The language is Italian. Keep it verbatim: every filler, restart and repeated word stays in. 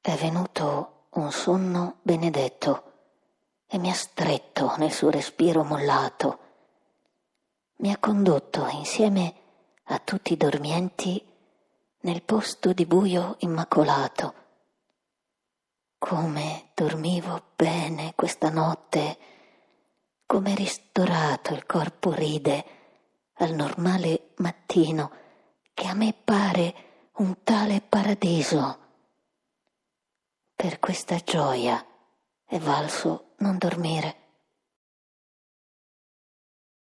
è venuto un sonno benedetto e mi ha stretto nel suo respiro mollato. Mi ha condotto insieme a tutti i dormienti nel posto di buio immacolato. Come dormivo bene questa notte, come ristorato il corpo ride al normale mattino che a me pare un tale paradiso. Per questa gioia è valso non dormire.